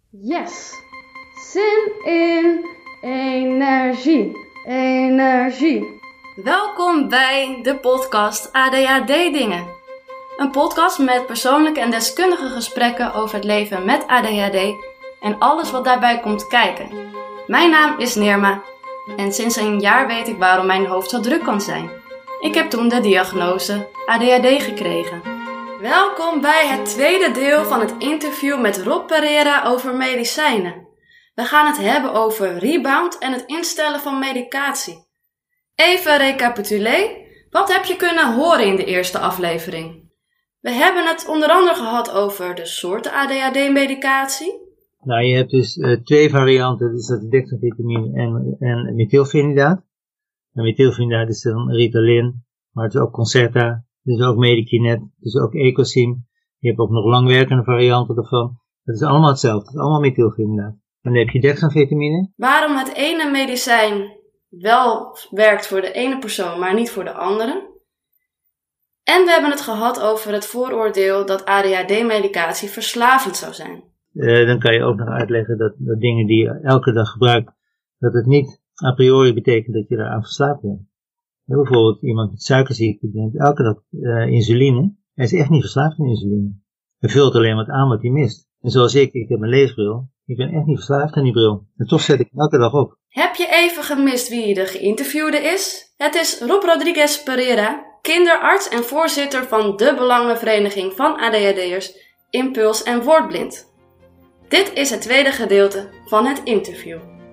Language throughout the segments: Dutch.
Yes! Zin in energie. Energie. Welkom bij de podcast ADHD Dingen. Een podcast met persoonlijke en deskundige gesprekken over het leven met ADHD en alles wat daarbij komt kijken. Mijn naam is Nirma en sinds een jaar weet ik waarom mijn hoofd zo druk kan zijn. Ik heb toen de diagnose ADHD gekregen. Welkom bij het tweede deel van het interview met Rob Pereira over medicijnen. We gaan het hebben over rebound en het instellen van medicatie. Even recapitulé, wat heb je kunnen horen in de eerste aflevering? We hebben het onder andere gehad over de soorten ADHD-medicatie. Nou, je hebt dus twee varianten, dus dat is dextroamphetamine en methylfenidaat. En methylfenidaat is dan Ritalin, maar het is ook Concerta, het is ook Medikinet, het is ook Ecosim. Je hebt ook nog langwerkende varianten ervan. Het is allemaal hetzelfde, het is allemaal methylfenidaat. En dan heb je dextroamphetamine. Waarom het ene medicijn wel werkt voor de ene persoon, maar niet voor de andere. En we hebben het gehad over het vooroordeel dat ADHD-medicatie verslavend zou zijn. Dan kan je ook nog uitleggen dat dingen die je elke dag gebruikt, dat het niet a priori betekent dat je eraan verslaafd bent. Bijvoorbeeld iemand met suikerziekte neemt elke dag insuline. Hij is echt niet verslaafd aan insuline. Hij vult alleen wat aan wat hij mist. En zoals ik heb een leesbril. Ik ben echt niet verslaafd aan die bril. En toch zet ik hem elke dag op. Heb je even gemist wie de geïnterviewde is? Het is Rob Rodriguez Pereira, kinderarts en voorzitter van de Belangenvereniging van ADHD'ers, Impuls en Woordblind. Dit is het tweede gedeelte van het interview.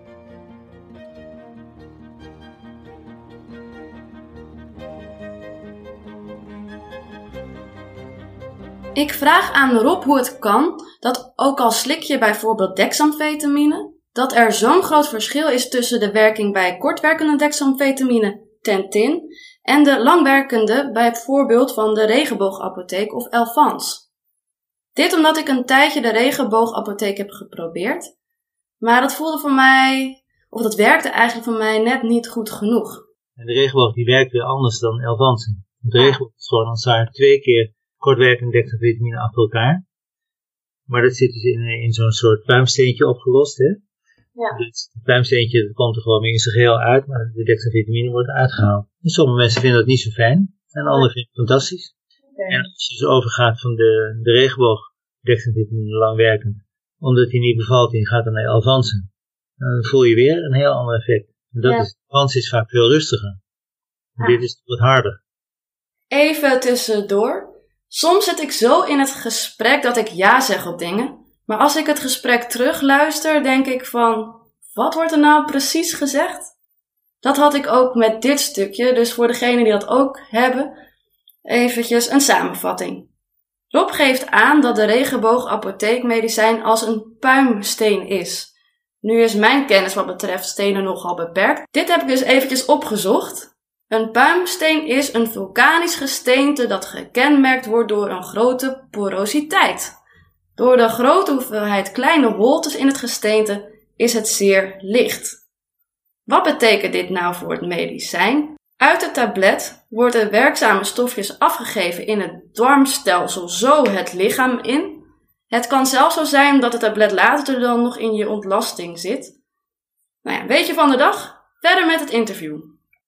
Ik vraag aan Rob hoe het kan dat ook al slik je bijvoorbeeld dexamfetamine, dat er zo'n groot verschil is tussen de werking bij kortwerkende dexamfetamine, Tentin, en de langwerkende bijvoorbeeld van de Regenboogapotheek of Elvans. Dit omdat ik een tijdje de Regenboogapotheek heb geprobeerd, maar dat voelde voor mij, of dat werkte eigenlijk voor mij net niet goed genoeg. En de Regenboog die werkt weer anders dan Elvansen. De Regenboog is gewoon als daar 2 keer kortwerkende dexamfetamine achter elkaar. Maar dat zit dus in zo'n soort pluimsteentje opgelost, hè? Ja. Dus het pluimsteentje dat komt er gewoon weer in zijn geheel uit, maar de dexamfetamine wordt uitgehaald. En sommige mensen vinden dat niet zo fijn, en anderen vinden het fantastisch. Okay. En als je dus overgaat van de Regenboog dexamfetamine langwerkend, omdat die niet bevalt en je gaat dan naar Elvansen, dan voel je weer een heel ander effect. En dat is, Elvansen is vaak veel rustiger. En dit is wat harder. Even tussendoor. Soms zit ik zo in het gesprek dat ik ja zeg op dingen. Maar als ik het gesprek terugluister, denk ik van, wat wordt er nou precies gezegd? Dat had ik ook met dit stukje, dus voor degenen die dat ook hebben, eventjes een samenvatting. Rob geeft aan dat de Regenboogapotheekmedicijn als een puimsteen is. Nu is mijn kennis wat betreft stenen nogal beperkt. Dit heb ik dus eventjes opgezocht. Een puimsteen is een vulkanisch gesteente dat gekenmerkt wordt door een grote porositeit. Door de grote hoeveelheid kleine holtes in het gesteente is het zeer licht. Wat betekent dit nou voor het medicijn? Uit het tablet worden werkzame stofjes afgegeven in het darmstelsel zo het lichaam in. Het kan zelfs zo zijn dat het tablet later dan nog in je ontlasting zit. Nou ja, weetje van de dag, verder met het interview.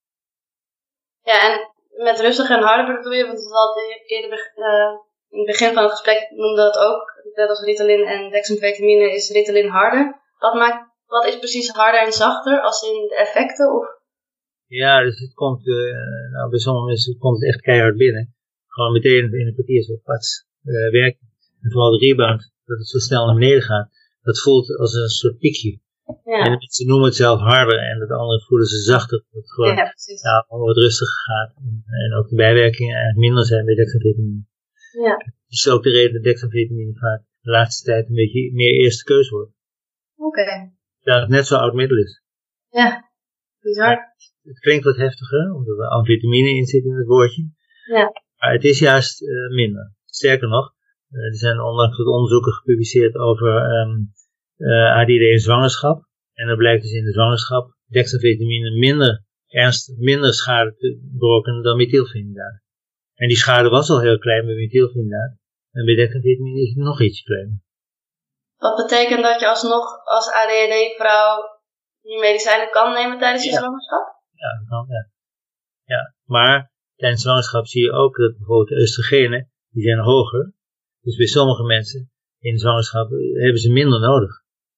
Ja, en met rustig en harder bedoel je, want we hadden eerder in het begin van het gesprek noemde dat ook, net als Ritalin en dexamfetamine is Ritalin harder. Wat is precies harder en zachter, als in de effecten? Of? Ja, dus het komt, bij sommige mensen komt het echt keihard binnen. Gewoon meteen in een kwartier zo werken. En vooral de rebound, dat het zo snel naar beneden gaat, dat voelt als een soort piekje. Ja. En ze noemen het zelf harder en de anderen voelen ze zachter. Dat het gewoon wat rustiger gaat. En ook de bijwerkingen eigenlijk minder zijn bij dexamfetamine. Ja. Dat is ook de reden dat dexamfetamine vaak de laatste tijd een beetje meer eerste keus wordt. Oké. Dat het net zo oud middel is. Ja, bizar. Ja, het klinkt wat heftiger, omdat er amfetamine in zit in het woordje. Ja. Maar het is juist minder. Sterker nog, er zijn onlangs wat onderzoeken gepubliceerd over ADD in zwangerschap. En dan blijkt dus in de zwangerschap dexamfetamine minder schade te berokkenen dan methylfenidaat. En die schade was al heel klein bij methylfenidaat. En bij dexamfetamine is het nog iets kleiner. Wat betekent dat je alsnog als ADHD-vrouw die medicijnen kan nemen tijdens je zwangerschap? Ja, dat kan, ja. Maar tijdens zwangerschap zie je ook dat bijvoorbeeld de oestrogenen, die zijn hoger. Dus bij sommige mensen in de zwangerschap hebben ze minder nodig.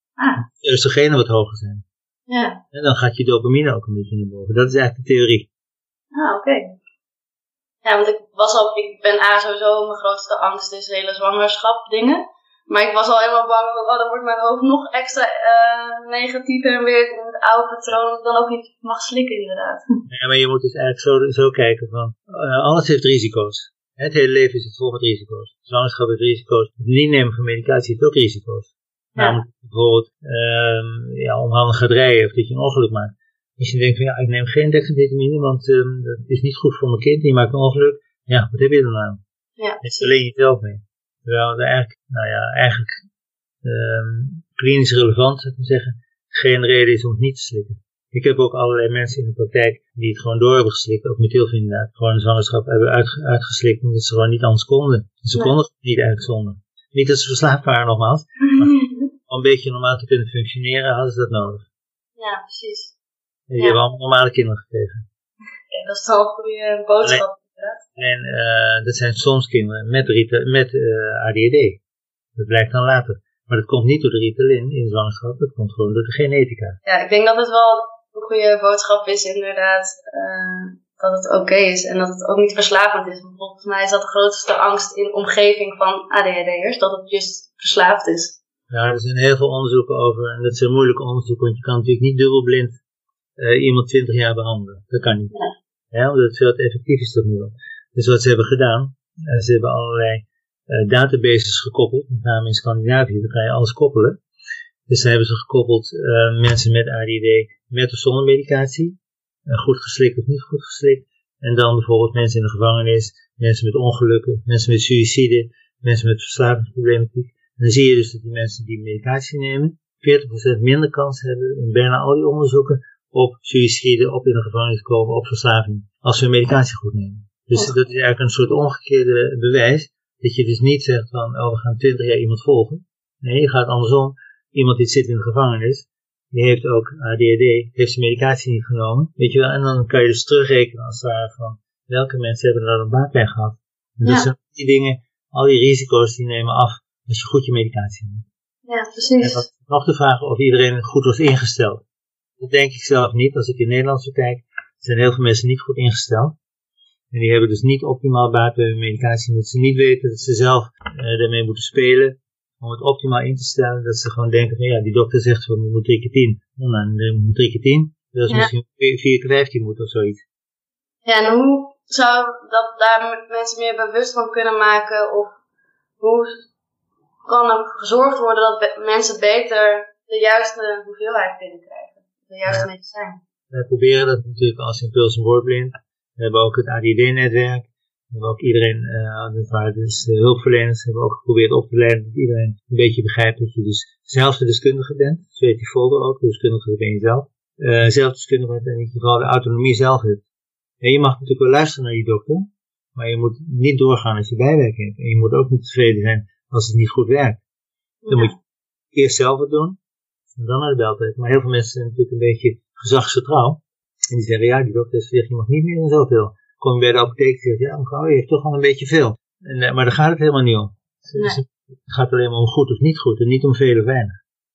De oestrogenen wat hoger zijn. Ja. En dan gaat je dopamine ook een beetje naar boven. Dat is eigenlijk de theorie. Oké. Ja, want ik ben sowieso mijn grootste angst is hele zwangerschap dingen. Maar ik was al helemaal bang van, dan wordt mijn hoofd nog extra negatief en weer in het oude patroon dat ik dan ook niet mag slikken inderdaad. Ja, maar je moet dus eigenlijk zo kijken van, alles heeft risico's. Het hele leven zit vol met risico's. Zwangerschap heeft risico's. Het niet nemen van medicatie heeft ook risico's. Namelijk bijvoorbeeld onhandig gaat rijden of dat je een ongeluk maakt. Als je denkt van ik neem geen dextrovitamine, want dat is niet goed voor mijn kind en je maakt een ongeluk. Ja, wat heb je dan aan? Ja. Het is alleen jezelf mee. Terwijl er eigenlijk klinisch relevant, zou ik maar zeggen, geen reden is om het niet te slikken. Ik heb ook allerlei mensen in de praktijk die het gewoon door hebben geslikt, ook methylfenidaat, gewoon de zwangerschap hebben uitgeslikt, omdat ze gewoon niet anders konden. Ze konden het niet eigenlijk zonder. Niet dat ze verslaafd waren nogmaals, maar om een beetje normaal te kunnen functioneren hadden ze dat nodig. Ja, precies. En die hebben allemaal normale kinderen gekregen. Ja, dat is toch een goede boodschap. En dat zijn soms kinderen met ADHD. Dat blijkt dan later. Maar dat komt niet door de Ritalin in de zwangerschap, dat komt gewoon door de genetica. Ja, ik denk dat het wel een goede boodschap is inderdaad, dat het oké is en dat het ook niet verslavend is. Want volgens mij is dat de grootste angst in de omgeving van ADHD'ers, dat het juist verslaafd is. Ja, er zijn heel veel onderzoeken over en dat zijn moeilijke onderzoeken, want je kan natuurlijk niet dubbelblind iemand 20 jaar behandelen. Dat kan niet. Ja, omdat het veel te effectief is tot nu toe. Dus wat ze hebben gedaan, ze hebben allerlei databases gekoppeld, met name in Scandinavië, dan kan je alles koppelen. Dus dan hebben ze gekoppeld mensen met ADHD met of zonder medicatie, goed geslikt of niet goed geslikt. En dan bijvoorbeeld mensen in de gevangenis, mensen met ongelukken, mensen met suïcide, mensen met verslavingsproblematiek. En dan zie je dus dat die mensen die medicatie nemen, 40% minder kans hebben in bijna al die onderzoeken op suïcide, op in de gevangenis komen, op verslaving, als ze hun medicatie goed nemen. Dus dat is eigenlijk een soort omgekeerde bewijs, dat je dus niet zegt van, we gaan 20 jaar iemand volgen. Nee, je gaat andersom. Iemand die zit in de gevangenis, die heeft ook ADHD, heeft zijn medicatie niet genomen, weet je wel, en dan kan je dus terugrekenen als het ware van, welke mensen hebben er dan een baat bij gehad. En dat zijn die dingen, al die risico's, die nemen af als je goed je medicatie neemt. Ja, precies. En dan nog te vragen of iedereen goed was ingesteld. Dat denk ik zelf niet. Als ik in Nederland zo kijk, zijn heel veel mensen niet goed ingesteld. En die hebben dus niet optimaal baat bij hun medicatie. Omdat ze niet weten dat ze zelf daarmee moeten spelen. Om het optimaal in te stellen. Dat ze gewoon denken van die dokter zegt van je moet 3 keer 10. Dan moet 3 keer 10. Dat is misschien 4 keer 15 moet of zoiets. Ja, en hoe zou dat daar mensen meer bewust van kunnen maken? Of hoe kan er gezorgd worden dat mensen beter de juiste hoeveelheid kunnen krijgen? De juiste medicijn. Wij proberen dat natuurlijk als Impuls en Wordblind. We hebben ook het ADHD-netwerk. We hebben ook iedereen, dat waren dus de hulpverleners, hebben we ook geprobeerd op te leiden dat iedereen een beetje begrijpt dat je dus zelf de deskundige bent. Zo heet die folder ook, de deskundige ben je zelf. Zelf deskundige bent en dat je vooral de autonomie zelf hebt. En je mag natuurlijk wel luisteren naar die dokter, maar je moet niet doorgaan als je bijwerking hebt. En je moet ook niet tevreden zijn als het niet goed werkt. Dan moet je eerst zelf het doen. En dan naar de bel trekken. Maar heel veel mensen zijn natuurlijk een beetje gezagsgetrouw. En die zeggen, die dokter zegt, je mag niet meer dan zoveel. Kom je bij de apotheek en zegt, mevrouw, je heeft toch al een beetje veel. En, maar daar gaat het helemaal niet om. Dus het gaat alleen maar om goed of niet goed. En niet om veel of weinig.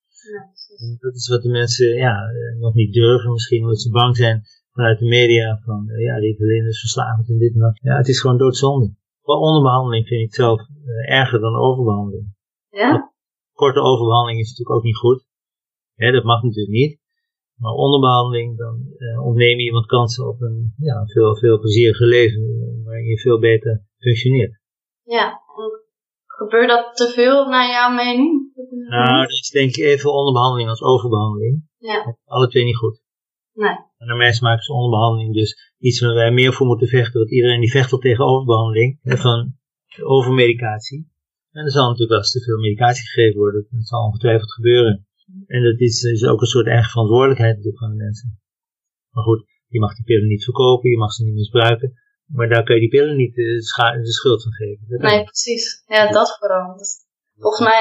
En dat is wat de mensen, nog niet durven. Misschien omdat ze bang zijn vanuit de media. Van, Ritalin is verslavend en dit en dat. Ja, het is gewoon doodzonde. Wel onderbehandeling vind ik zelf erger dan overbehandeling. Ja? Korte overbehandeling is natuurlijk ook niet goed. Dat mag natuurlijk niet. Maar onderbehandeling, dan ontneem je iemand kansen op een veel plezieriger leven, waarin je veel beter functioneert. Ja, gebeurt dat te veel naar jouw mening? Nou, er is denk ik evenveel onderbehandeling als overbehandeling. Ja. Alle twee niet goed. Nee. En naar mij smaakt is onderbehandeling dus iets waar wij meer voor moeten vechten, want iedereen die vecht al tegen overbehandeling, van overmedicatie. En er zal natuurlijk wel eens te veel medicatie gegeven worden, dat zal ongetwijfeld gebeuren. En dat is ook een soort eigen verantwoordelijkheid natuurlijk van de mensen. Maar goed, je mag die pillen niet verkopen, je mag ze niet misbruiken. Maar daar kan je die pillen niet de schuld van geven. Nee, precies. Ja, dat vooral. Volgens mij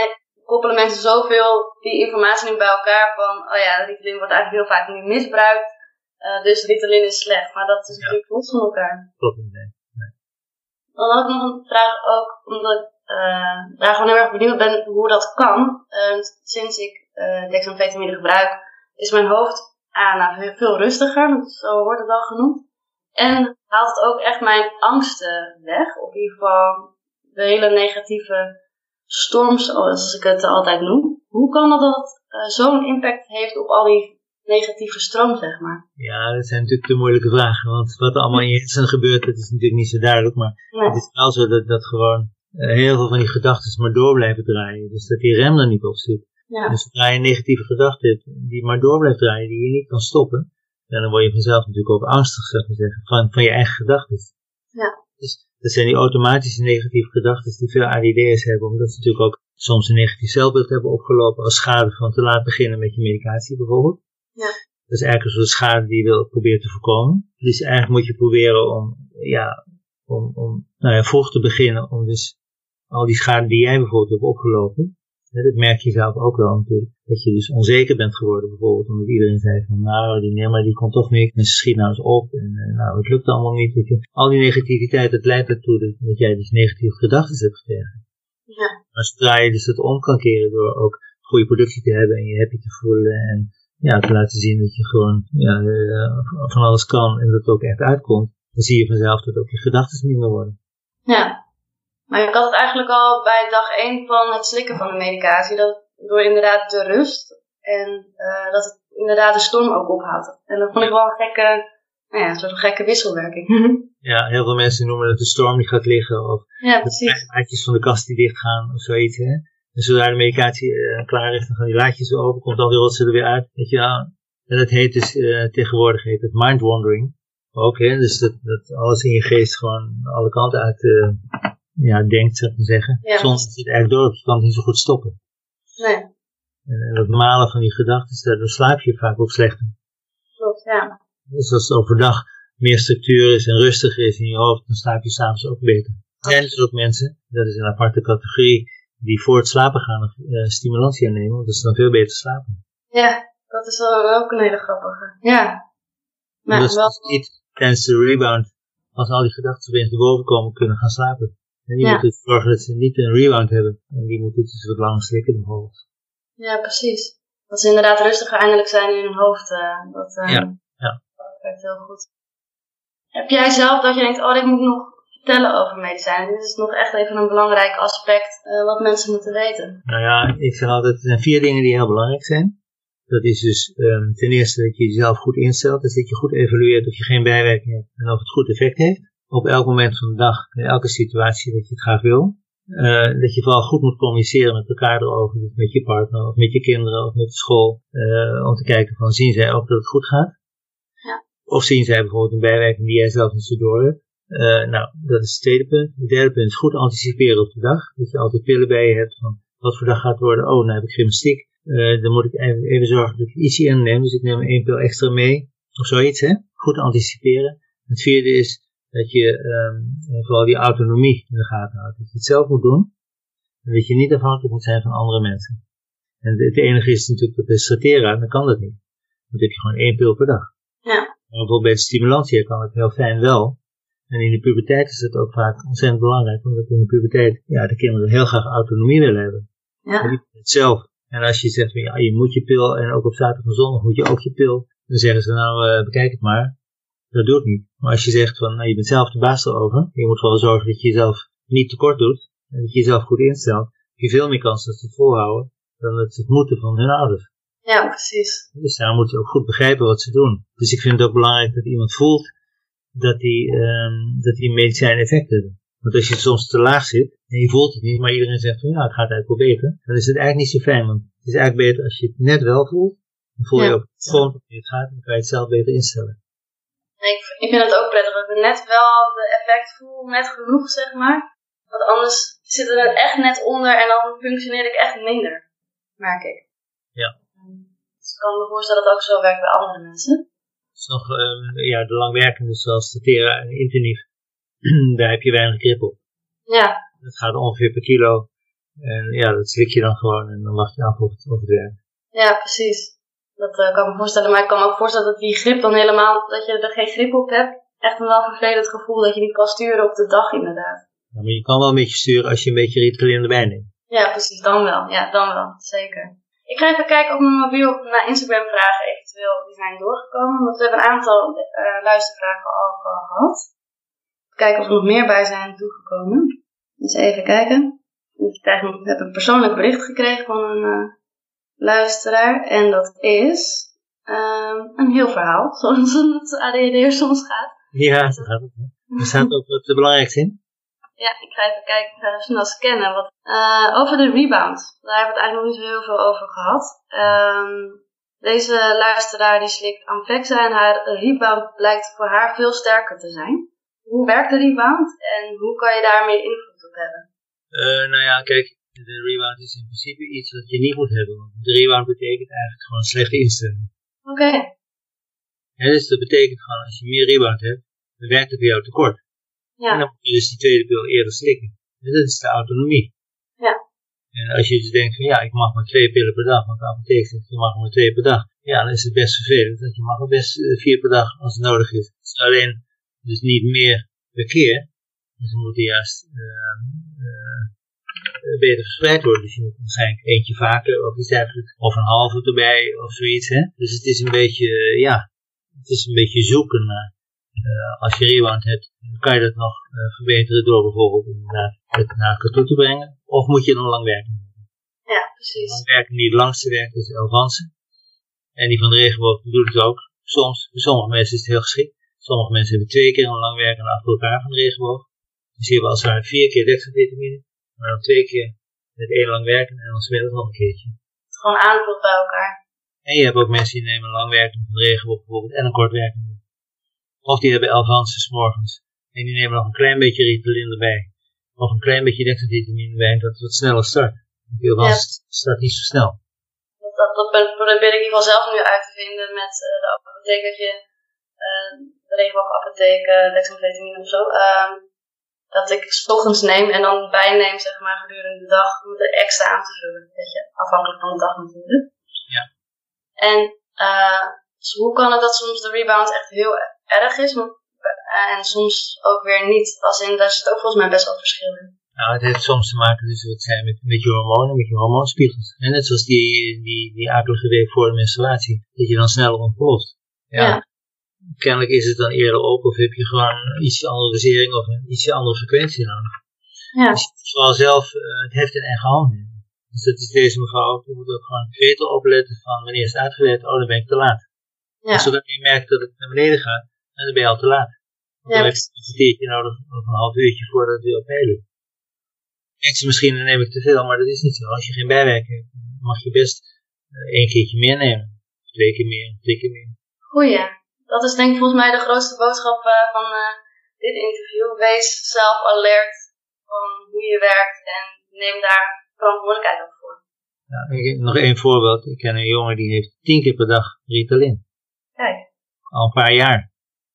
koppelen mensen zoveel die informatie nu bij elkaar van, oh ja, Ritalin wordt eigenlijk heel vaak nu misbruikt, dus Ritalin is slecht. Maar dat is natuurlijk los van elkaar. Klopt niet, nee. Dan had ik nog een vraag ook, omdat ik daar gewoon heel erg benieuwd ben hoe dat kan. Sinds ik dexamfetamine gebruik, is mijn hoofd veel rustiger, zo wordt het wel genoemd. En haalt het ook echt mijn angsten weg, of in ieder geval de hele negatieve storm, zoals ik het altijd noem. Hoe kan dat zo'n impact heeft op al die negatieve stroom, zeg maar? Ja, dat zijn natuurlijk de moeilijke vragen, want wat er allemaal in je hersenen gebeurt, dat is natuurlijk niet zo duidelijk, maar het is wel zo dat gewoon heel veel van die gedachten maar door blijven draaien, dus dat die rem er niet op zit. Ja. Dus zodra je een negatieve gedachte hebt die maar door blijft draaien, die je niet kan stoppen, dan word je vanzelf natuurlijk ook angstig, zeg maar zeggen, van je eigen gedachten. Ja. Dus dat zijn die automatische negatieve gedachten die veel ADD'ers hebben, omdat ze natuurlijk ook soms een negatief zelfbeeld hebben opgelopen als schade van te laat beginnen met je medicatie bijvoorbeeld. Ja. Dat is eigenlijk een soort schade die je wil proberen te voorkomen. Dus eigenlijk moet je proberen om vroeg te beginnen, om dus al die schade die jij bijvoorbeeld hebt opgelopen, dat merk je zelf ook wel natuurlijk, dat je dus onzeker bent geworden bijvoorbeeld, omdat iedereen zei van die komt toch niks, en ze schiet nou eens op, en het lukt allemaal niet. Weet je. Al die negativiteit, dat leidt ertoe dat jij dus negatieve gedachten hebt gekregen. Ja. Maar zodra je dus dat om kan keren door ook goede productie te hebben en je happy te voelen en te laten zien dat je gewoon van alles kan en dat het ook echt uitkomt, dan zie je vanzelf dat ook je gedachten minder worden. Ja. Maar ik had het eigenlijk al bij dag 1 van het slikken van de medicatie, dat door inderdaad de rust en dat het inderdaad de storm ook ophaalt. En dat vond ik wel een soort gekke wisselwerking. Ja, heel veel mensen noemen het de storm die gaat liggen, of de laadjes van de kast die dicht gaan, of zoiets. Hè? En zodra de medicatie klaar is, dan gaan die laadjes weer open, komt al die rotsen er weer uit. Weet je, en dat heet dus, tegenwoordig heet het mind wandering. Ook, hè? Dus dat alles in je geest gewoon alle kanten uit denkt, zou ik maar zeggen. Ja. Soms zit het eigenlijk door, je kan het niet zo goed stoppen. Nee. En dat malen van die gedachten, daardoor slaap je vaak ook slechter. Klopt, ja. Dus als het overdag meer structuur is en rustiger is in je hoofd, dan slaap je s'avonds ook beter. Er zijn dus ook mensen, dat is een aparte categorie, die voor het slapen gaan stimulantie aannemen, want dat is dan veel beter slapen. Ja, dat is wel ook een hele grappige. Ja. Maar dus wel niet tijdens de rebound, als al die gedachten weer te boven komen, kunnen gaan slapen. En die moeten zorgen dat ze niet een rebound hebben. En die moeten dus wat langer slikken bijvoorbeeld. Ja, precies. Dat ze inderdaad rustiger eindelijk zijn in hun hoofd. Dat werkt heel goed. Heb jij zelf dat je denkt, dit moet ik nog vertellen over medicijnen? Dit is nog echt even een belangrijk aspect wat mensen moeten weten. Nou ja, ik zeg altijd, er zijn 4 dingen die heel belangrijk zijn. Dat is dus ten eerste dat je jezelf goed instelt. Dus dat je goed evalueert of je geen bijwerking hebt en of het goed effect heeft. Op elk moment van de dag, in elke situatie dat je het graag wil. Dat je vooral goed moet communiceren met elkaar erover. Dus met je partner, of met je kinderen, of met de school. Om te kijken van, zien zij ook dat het goed gaat? Ja. Of zien zij bijvoorbeeld een bijwerking die jij zelf niet zo door hebt? Dat is het tweede punt. Het derde punt is goed anticiperen op de dag. Dat je altijd pillen bij je hebt van, wat voor dag gaat het worden? Nou heb ik gymnastiek. Dan moet ik even zorgen dat ik iets inneem. Dus ik neem 1 pil extra mee. Of zoiets, hè. Goed anticiperen. Het vierde is dat je vooral die autonomie in de gaten houdt. Dat je het zelf moet doen. En dat je niet afhankelijk moet zijn van andere mensen. En het enige is natuurlijk dat bij Strattera, dan kan dat niet. Dan heb je gewoon 1 pil per dag. Ja. Maar bijvoorbeeld bij de stimulantia kan het heel fijn wel. En in de puberteit is dat ook vaak ontzettend belangrijk. Omdat in de puberteit de kinderen heel graag autonomie willen hebben. Ja. En niet het zelf. En als je zegt, je moet je pil en ook op zaterdag en zondag moet je ook je pil. Dan zeggen ze bekijk het maar. Dat doe ik niet. Maar als je zegt van, je bent zelf de baas erover. Je moet vooral zorgen dat je jezelf niet tekort doet. En dat je jezelf goed instelt. Heb je veel meer kans dat ze het volhouden dan het moeten van hun ouders. Ja, precies. Dus daar moeten ze ook goed begrijpen wat ze doen. Dus ik vind het ook belangrijk dat iemand voelt dat die medicijnen effect hebben. Want als je soms te laag zit en je voelt het niet, maar iedereen zegt van het gaat eigenlijk wel beter. Dan is het eigenlijk niet zo fijn. Want het is eigenlijk beter als je het net wel voelt. Dan voel je ook gewoon dat het gaat en dan kan je het zelf beter instellen. Ik vind het ook prettig dat ik net wel de effect voel, net genoeg zeg maar. Want anders zit er echt net onder en dan functioneer ik echt minder, merk ik. Ja. Dus ik kan me voorstellen dat het ook zo werkt bij andere mensen. Dus nog de langwerkende zoals Strattera en Intuniv, daar heb je weinig grip op. Ja. Het gaat ongeveer per kilo En ja, dat slik je dan gewoon en dan wacht je af of het werkt. Ja, precies. Dat kan ik me voorstellen. Maar ik kan me ook voorstellen dat die grip dan helemaal, dat je er geen grip op hebt. Echt een wel vervelend gevoel dat je niet kan sturen op de dag inderdaad. Ja, maar je kan wel een beetje sturen als je een beetje Ritalin erbij neemt. Ja, precies. Dan wel. Ja, dan wel. Zeker. Ik ga even kijken op mijn mobiel of naar Instagram vragen eventueel die zijn doorgekomen. Want we hebben een aantal luistervragen al gehad. Kijken of er nog meer bij zijn toegekomen. Dus even kijken. Ik heb een persoonlijk bericht gekregen van een luisteraar. En dat is een heel verhaal, zoals het ADHD soms gaat. Ja, dat gaat het. Er staat ook wat belangrijks in. Ja, ik ga even kijken, ik ga even snel scannen. Over de rebound, daar hebben we het eigenlijk nog niet zo heel veel over gehad. Deze luisteraar die slikt Amvexa en haar rebound blijkt voor haar veel sterker te zijn. Hoe werkt de rebound en hoe kan je daar meer invloed op hebben? Nou ja, kijk, de rebound is in principe iets wat je niet moet hebben. Want de rebound betekent eigenlijk gewoon slechte instelling. Oké. Ja, dus dat betekent gewoon, als je meer rebound hebt, dan werkt het voor jou tekort. Ja. En dan moet je dus die tweede pil eerder slikken. En dat is de autonomie. Ja. En als je dus denkt van ja, ik mag maar 2 pillen per dag, want de apotheek zegt je mag maar 2 per dag. Ja, dan is het best vervelend, want je mag er best 4 per dag als het nodig is. Het is alleen dus niet meer per keer. Dus ze moeten juist beter verspreid worden. Dus je moet waarschijnlijk eentje vaker of iets dergelijks. Of een halve erbij of zoiets. Hè? Dus het is een beetje, het is een beetje zoeken naar. Als je rebound hebt, dan kan je dat nog verbeteren door bijvoorbeeld inderdaad het naar elkaar toe te brengen. Of moet je dan lang werken? Ja, precies. Dan werken die het langste werkt, dat is Elvanse. En die van de regenboog doet het ook. Soms, voor sommige mensen is het heel geschikt. Sommige mensen hebben 2 keer een lang werken achter elkaar van de regenboog. Dus die hebben als het ware 4 keer dextrovitamine, maar dan 2 keer met 1 lang werken en dan smiddags nog een keertje. Het is gewoon aanvult bij elkaar. En je hebt ook mensen die nemen een lang werken van de regenboog bijvoorbeeld en een kort werken. Of die hebben Elvanse 's morgens. En die nemen nog een klein beetje Ritalin erbij. Of een klein beetje dextrovitamine erbij, dat het wat sneller start. Want die Elvanse start niet zo snel. Dat probeer ik in ieder geval zelf nu uit te vinden met de apotheek, dat je de regenboogapotheek, dextrovitamine of zo, dat ik 's ochtends neem en dan bijneem zeg maar gedurende de dag om er extra aan te vullen. Weet je, afhankelijk van de dag natuurlijk. Ja. En dus hoe kan het dat soms de rebound echt heel erg is en soms ook weer niet? Als in, daar zit ook volgens mij best wel verschil in. Nou, het heeft soms te maken dus wat zei, met je hormonen, met je hormoonspiegels. En net zoals die akelige week voor de menstruatie, dat je dan sneller ontploft. Ja. Kennelijk is het dan eerder op of heb je gewoon iets andere dosering of een ietsje andere frequentie nodig. Ja. Dus je moet vooral zelf het heft in eigen hand nemen. Dus dat is deze mevrouw ook. Je moet ook gewoon beter opletten van wanneer is het uitgewerkt, oh dan ben ik te laat. Ja. En zodra je merkt dat het naar beneden gaat, dan ben je al te laat. Want dan heb je een kwartiertje nodig of een half uurtje voordat het weer op peil ligt. Denk ze misschien, dan neem ik te veel, maar dat is niet zo. Als je geen bijwerking hebt, mag je best 1 keertje meer nemen. 2 keer meer, 3 keer meer. Goeie. Dat is denk ik volgens mij de grootste boodschap van dit interview. Wees zelf alert van hoe je werkt en neem daar verantwoordelijkheid ook voor. Ja, nog 1 voorbeeld. Ik ken een jongen die heeft 10 keer per dag Ritalin. Kijk. Al een paar jaar.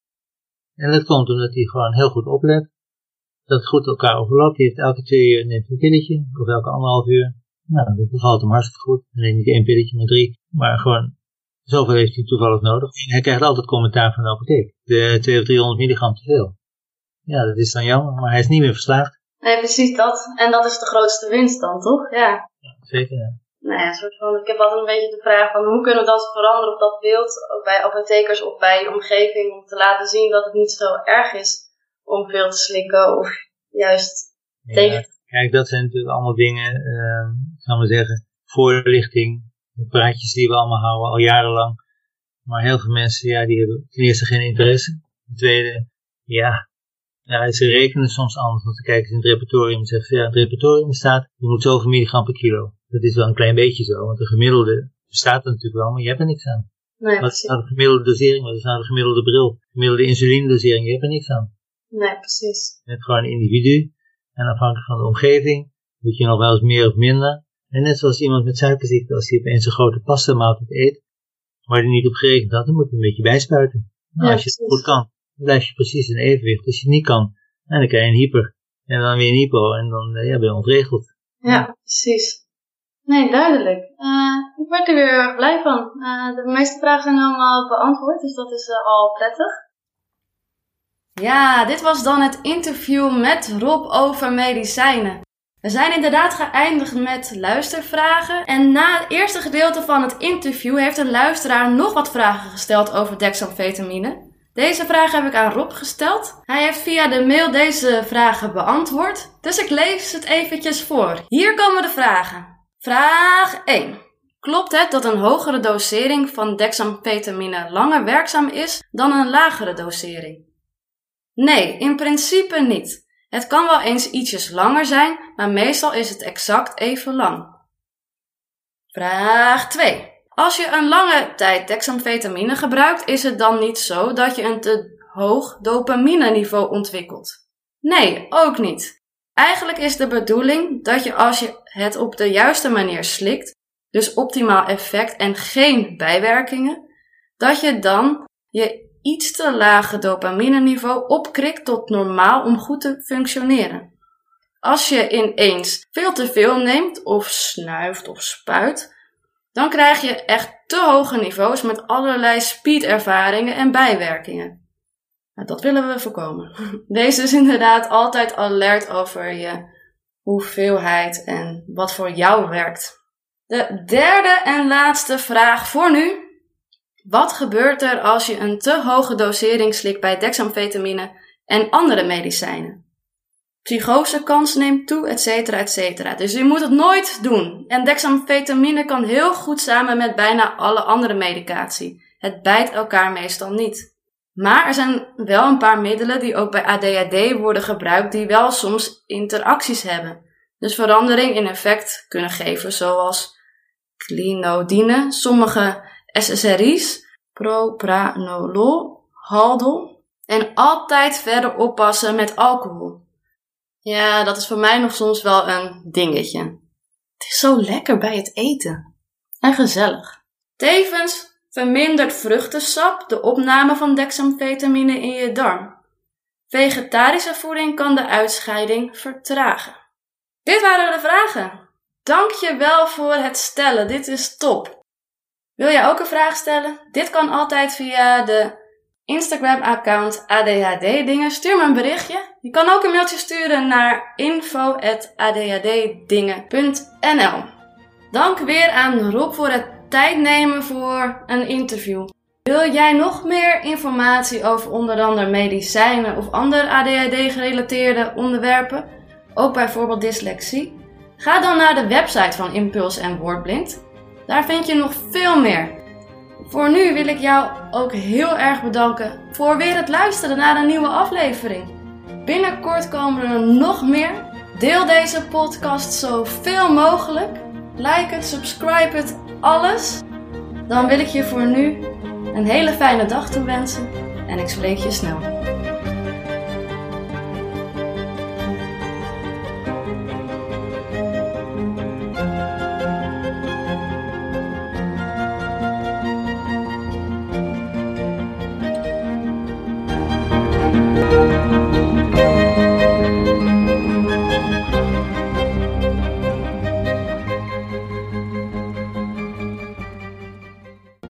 En dat komt omdat hij gewoon heel goed oplet. Dat het goed elkaar overloopt. Die heeft elke 2 uur neemt een pilletje. Of elke 1,5 uur. Nou, dat bevalt hem hartstikke goed. Dan neemt niet 1 pilletje, maar 3. Maar gewoon, zoveel heeft hij toevallig nodig. En hij krijgt altijd commentaar van de apotheek. De 200 of 300 milligram te veel. Ja, dat is dan jammer. Maar hij is niet meer verslaafd. Nee, precies dat. En dat is de grootste winst dan, toch? Ja. Ja, zeker, ja. Nou ja, een soort van, ik heb altijd een beetje de vraag van hoe kunnen we dat veranderen op dat beeld, ook bij apothekers of bij je omgeving, om te laten zien dat het niet zo erg is om veel te slikken of juist tegen. Kijk, dat zijn natuurlijk allemaal dingen, gaan we zeggen, voorlichting, praatjes die we allemaal houden al jarenlang. Maar heel veel mensen, ja, die hebben ten eerste geen interesse. Ten tweede, ze rekenen soms anders, want ze kijken in het repertorium en zeggen, ja, het repertorium staat, je moet zoveel milligram per kilo. Dat is wel een klein beetje zo, want de gemiddelde bestaat er natuurlijk wel, maar je hebt er niks aan. Nee, wat is nou de gemiddelde dosering, wat is nou de gemiddelde bril? De gemiddelde insulinedosering, je hebt er niks aan. Nee, precies. Je hebt gewoon een individu, en afhankelijk van de omgeving, moet je nog wel eens meer of minder. En net zoals iemand met suikerziekte, als hij opeens een grote pasta maaltijd eet, waar hij niet op gerekend had, dan moet hij een beetje bijspuiten. Nou, als je het goed kan, dan blijf je precies in evenwicht. Als je het niet kan, dan krijg je een hyper. En dan weer een hypo, en dan ben je ontregeld. Ja, precies. Nee, duidelijk. Ik word er weer heel erg blij van. De meeste vragen zijn allemaal beantwoord, dus dat is al prettig. Ja, dit was dan het interview met Rob over medicijnen. We zijn inderdaad geëindigd met luistervragen. En na het eerste gedeelte van het interview heeft een luisteraar nog wat vragen gesteld over dexamfetamine. Deze vraag heb ik aan Rob gesteld. Hij heeft via de mail deze vragen beantwoord. Dus ik lees het eventjes voor. Hier komen de vragen. Vraag 1. Klopt het dat een hogere dosering van dexamfetamine langer werkzaam is dan een lagere dosering? Nee, in principe niet. Het kan wel eens ietsjes langer zijn, maar meestal is het exact even lang. Vraag 2. Als je een lange tijd dexamfetamine gebruikt, is het dan niet zo dat je een te hoog dopamine-niveau ontwikkelt? Nee, ook niet. Eigenlijk is de bedoeling dat je als je het op de juiste manier slikt, dus optimaal effect en geen bijwerkingen, dat je dan je iets te lage dopamine-niveau opkrikt tot normaal om goed te functioneren. Als je ineens veel te veel neemt of snuift of spuit, dan krijg je echt te hoge niveaus met allerlei speedervaringen en bijwerkingen. Nou, dat willen we voorkomen. Wees dus inderdaad altijd alert over je hoeveelheid en wat voor jou werkt. De derde en laatste vraag voor nu. Wat gebeurt er als je een te hoge dosering slikt bij dexamfetamine en andere medicijnen? Psychosekans neemt toe, etc. Dus je moet het nooit doen. En dexamfetamine kan heel goed samen met bijna alle andere medicatie. Het bijt elkaar meestal niet. Maar er zijn wel een paar middelen die ook bij ADHD worden gebruikt die wel soms interacties hebben. Dus verandering in effect kunnen geven zoals clinodine, sommige SSRI's, propranolol, Haldol en altijd verder oppassen met alcohol. Ja, dat is voor mij nog soms wel een dingetje. Het is zo lekker bij het eten. En gezellig. Tevens vermindert vruchtensap de opname van dexamfetamine in je darm. Vegetarische voeding kan de uitscheiding vertragen. Dit waren de vragen. Dank je wel voor het stellen. Dit is top. Wil jij ook een vraag stellen? Dit kan altijd via de Instagram-account ADHD-dingen. Stuur me een berichtje. Je kan ook een mailtje sturen naar info@adhddingen.nl. Dank weer aan Rob voor het tijd nemen voor een interview. Wil jij nog meer informatie over onder andere medicijnen of andere ADHD-gerelateerde onderwerpen? Ook bijvoorbeeld dyslexie? Ga dan naar de website van Impuls en Woordblind. Daar vind je nog veel meer. Voor nu wil ik jou ook heel erg bedanken voor weer het luisteren naar een nieuwe aflevering. Binnenkort komen er nog meer. Deel deze podcast zoveel mogelijk. Like het, subscribe het, alles. Dan wil ik je voor nu een hele fijne dag toewensen en ik spreek je snel.